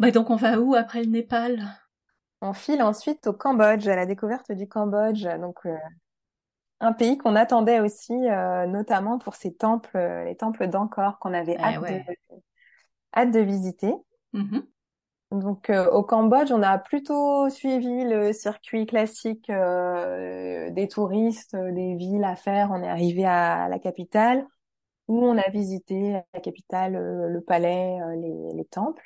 Bah donc on va où après le Népal? On file ensuite au Cambodge, à la découverte du Cambodge, donc un pays qu'on attendait aussi, notamment pour ses temples, les temples d'Angkor qu'on avait Eh ouais. hâte de visiter. Mhm. Donc au Cambodge, on a plutôt suivi le circuit classique des touristes, des villes à faire. On est arrivé à la capitale où on a visité la capitale, le palais, les temples.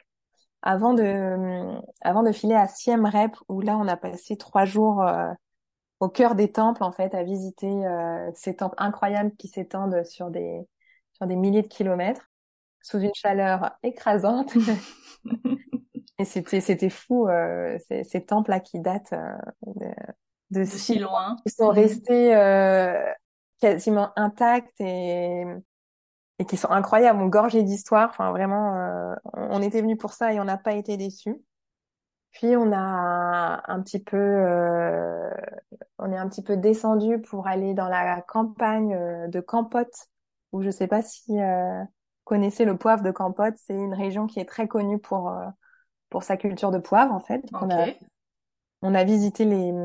Avant de filer à Siem Reap, où là on a passé 3 jours au cœur des temples en fait, à visiter ces temples incroyables qui s'étendent sur des milliers de kilomètres sous une chaleur écrasante. Et c'était fou ces temples-là qui datent de De si si loin, loin. qui sont Mhm. restés quasiment intacts et qui sont incroyables, gorgés d'histoire. Enfin vraiment, on était venus pour ça et on n'a pas été déçus. Puis on est un petit peu descendu pour aller dans la campagne de Kampot, où je sais pas si connaissez le poivre de Kampot. C'est une région qui est très connue pour sa culture de poivre en fait. Donc Ok. on a visité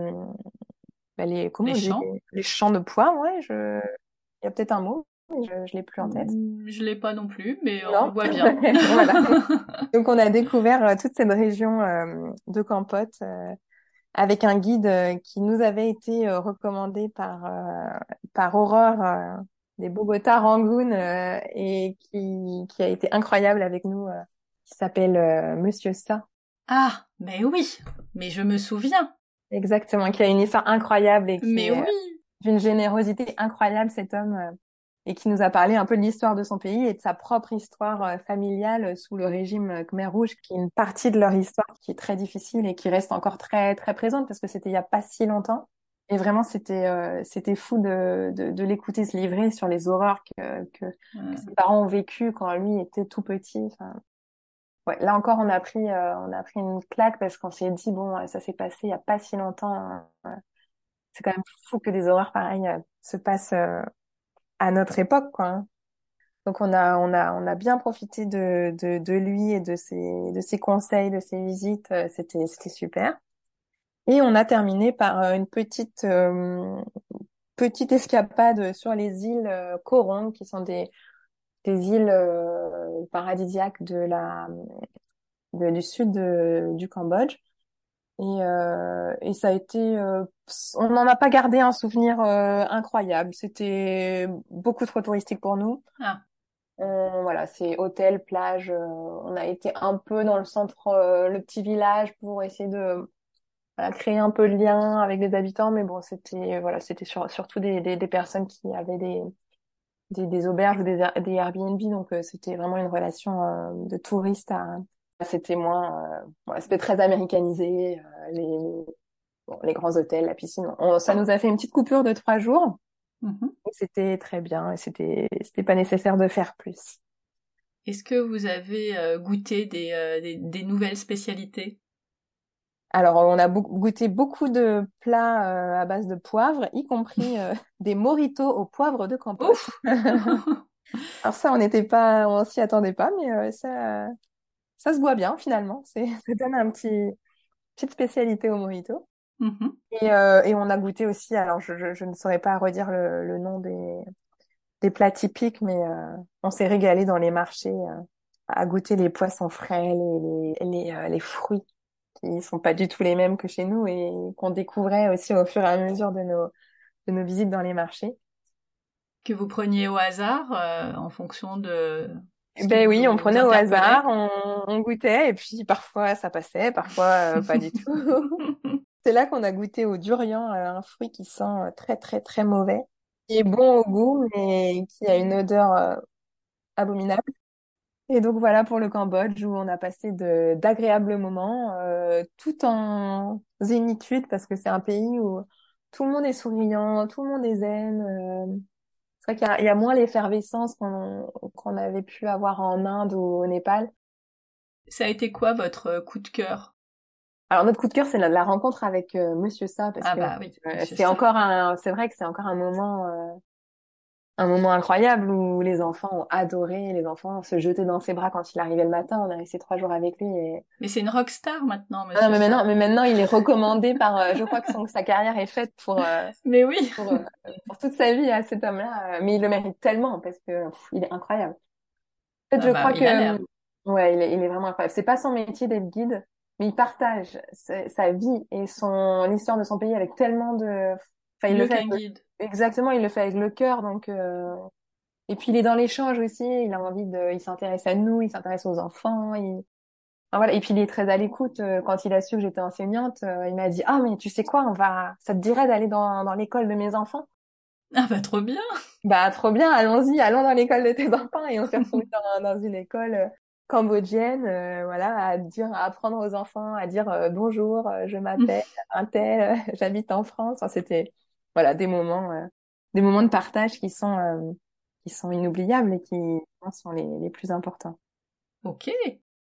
Les comment on dit, champs? les champs de poivre. Ouais, il y a peut-être un mot, mais je l'ai plus en tête. Je l'ai pas non plus, mais on Non, voit bien. voilà. Donc on a découvert toute cette région de Kampot. Avec un guide qui nous avait été recommandé par Aurore des Bogota Rangoon et qui a été incroyable avec nous, qui s'appelle Monsieur Sa. Ah, mais oui, mais je me souviens. Exactement, qui a une histoire incroyable et qui Mais est oui. d'une générosité incroyable, cet homme, et qui nous a parlé un peu de l'histoire de son pays et de sa propre histoire familiale sous le régime Khmer Rouge, qui est une partie de leur histoire qui est très difficile et qui reste encore très, très présente parce que c'était il y a pas si longtemps. Et vraiment, c'était fou de l'écouter se livrer sur les horreurs que ses parents ont vécues quand lui était tout petit. Enfin, ouais, là encore, on a pris une claque parce qu'on s'est dit, bon, ça s'est passé il y a pas si longtemps, hein. C'est quand même fou que des horreurs pareilles se passent à notre époque, quoi, hein. Donc on a bien profité de lui et de ses conseils, de ses visites. C'était super. Et on a terminé par une petite escapade sur les îles Coron, qui sont des îles paradisiaques du sud du Cambodge. Et ça a été, on n'en a pas gardé un souvenir incroyable. C'était beaucoup trop touristique pour nous. Ah, Voilà, c'est hôtel, plage. On a été un peu dans le centre, le petit village pour essayer de voilà, créer un peu de lien avec les habitants. Mais bon, c'était surtout des personnes qui avaient des auberges ou des Airbnb. Donc, c'était vraiment une relation de touriste c'était voilà, c'était très américanisé. Les grands hôtels, la piscine. Ça nous a fait une petite coupure de 3 jours. mhm. Et c'était très bien. Et c'était pas nécessaire de faire plus. Est-ce que vous avez goûté des nouvelles spécialités? Alors, on a goûté beaucoup de plats à base de poivre, y compris des mojitos au poivre de Campote. Ouf! Alors ça, on s'y attendait pas, mais ça se boit bien finalement. Ça donne petite spécialité au mojito. Mhm. Et on a goûté aussi. Alors, je ne saurais pas redire le nom des plats typiques, mais on s'est régalé dans les marchés à goûter les poissons frais, les fruits qui sont pas du tout les mêmes que chez nous et qu'on découvrait aussi au fur et à mesure de nos visites dans les marchés. Que vous preniez au hasard en fonction de ce qui Ben oui, on vous prenait au hasard, interpellait? on goûtait et puis parfois ça passait, parfois pas du tout. C'est là qu'on a goûté au durian, un fruit qui sent très très très mauvais, qui est bon au goût mais qui a une odeur abominable. Et donc voilà pour le Cambodge où on a passé d'agréables moments, tout en zénitude parce que c'est un pays où tout le monde est souriant, tout le monde est zen. C'est vrai il y a moins l'effervescence qu'on avait pu avoir en Inde ou au Népal. Ça a été quoi votre coup de cœur? Alors notre coup de cœur c'est la rencontre avec Monsieur Sa parce Ah que bah oui, monsieur c'est ça. c'est vrai que c'est encore un moment un moment incroyable où les enfants ont adoré, les enfants se jetaient dans ses bras quand il arrivait le matin. On a resté 3 jours avec lui et Mais c'est une rockstar maintenant, ah non, Monsieur Sand. mais maintenant, il est recommandé par, je crois que sa carrière est faite Mais oui. pour, euh, pour toute sa vie à cet homme-là. Mais il le mérite tellement parce que il est incroyable. En fait, Ah je bah, crois il a que, l'air. ouais, il est vraiment incroyable. C'est pas son métier d'être guide, mais il partage sa vie et l'histoire de son pays avec tellement de, enfin, il le Mieux fait avec qu'un guide. exactement, il le fait avec le cœur, donc, et puis il est dans l'échange aussi, il s'intéresse à nous, il s'intéresse aux enfants, enfin, voilà. Et puis il est très à l'écoute. Quand il a su que j'étais enseignante, il m'a dit, ah, mais tu sais quoi, ça te dirait d'aller dans l'école de mes enfants? Ah bah, trop bien. Bah, trop bien, allons-y, allons dans l'école de tes enfants. Et on s'est retrouvés dans une école cambodgienne, voilà, à apprendre aux enfants, à dire bonjour, je m'appelle un tel, j'habite en France. Enfin, c'était, voilà, des moments de partage qui sont inoubliables et qui, je pense, sont les plus importants. Ok.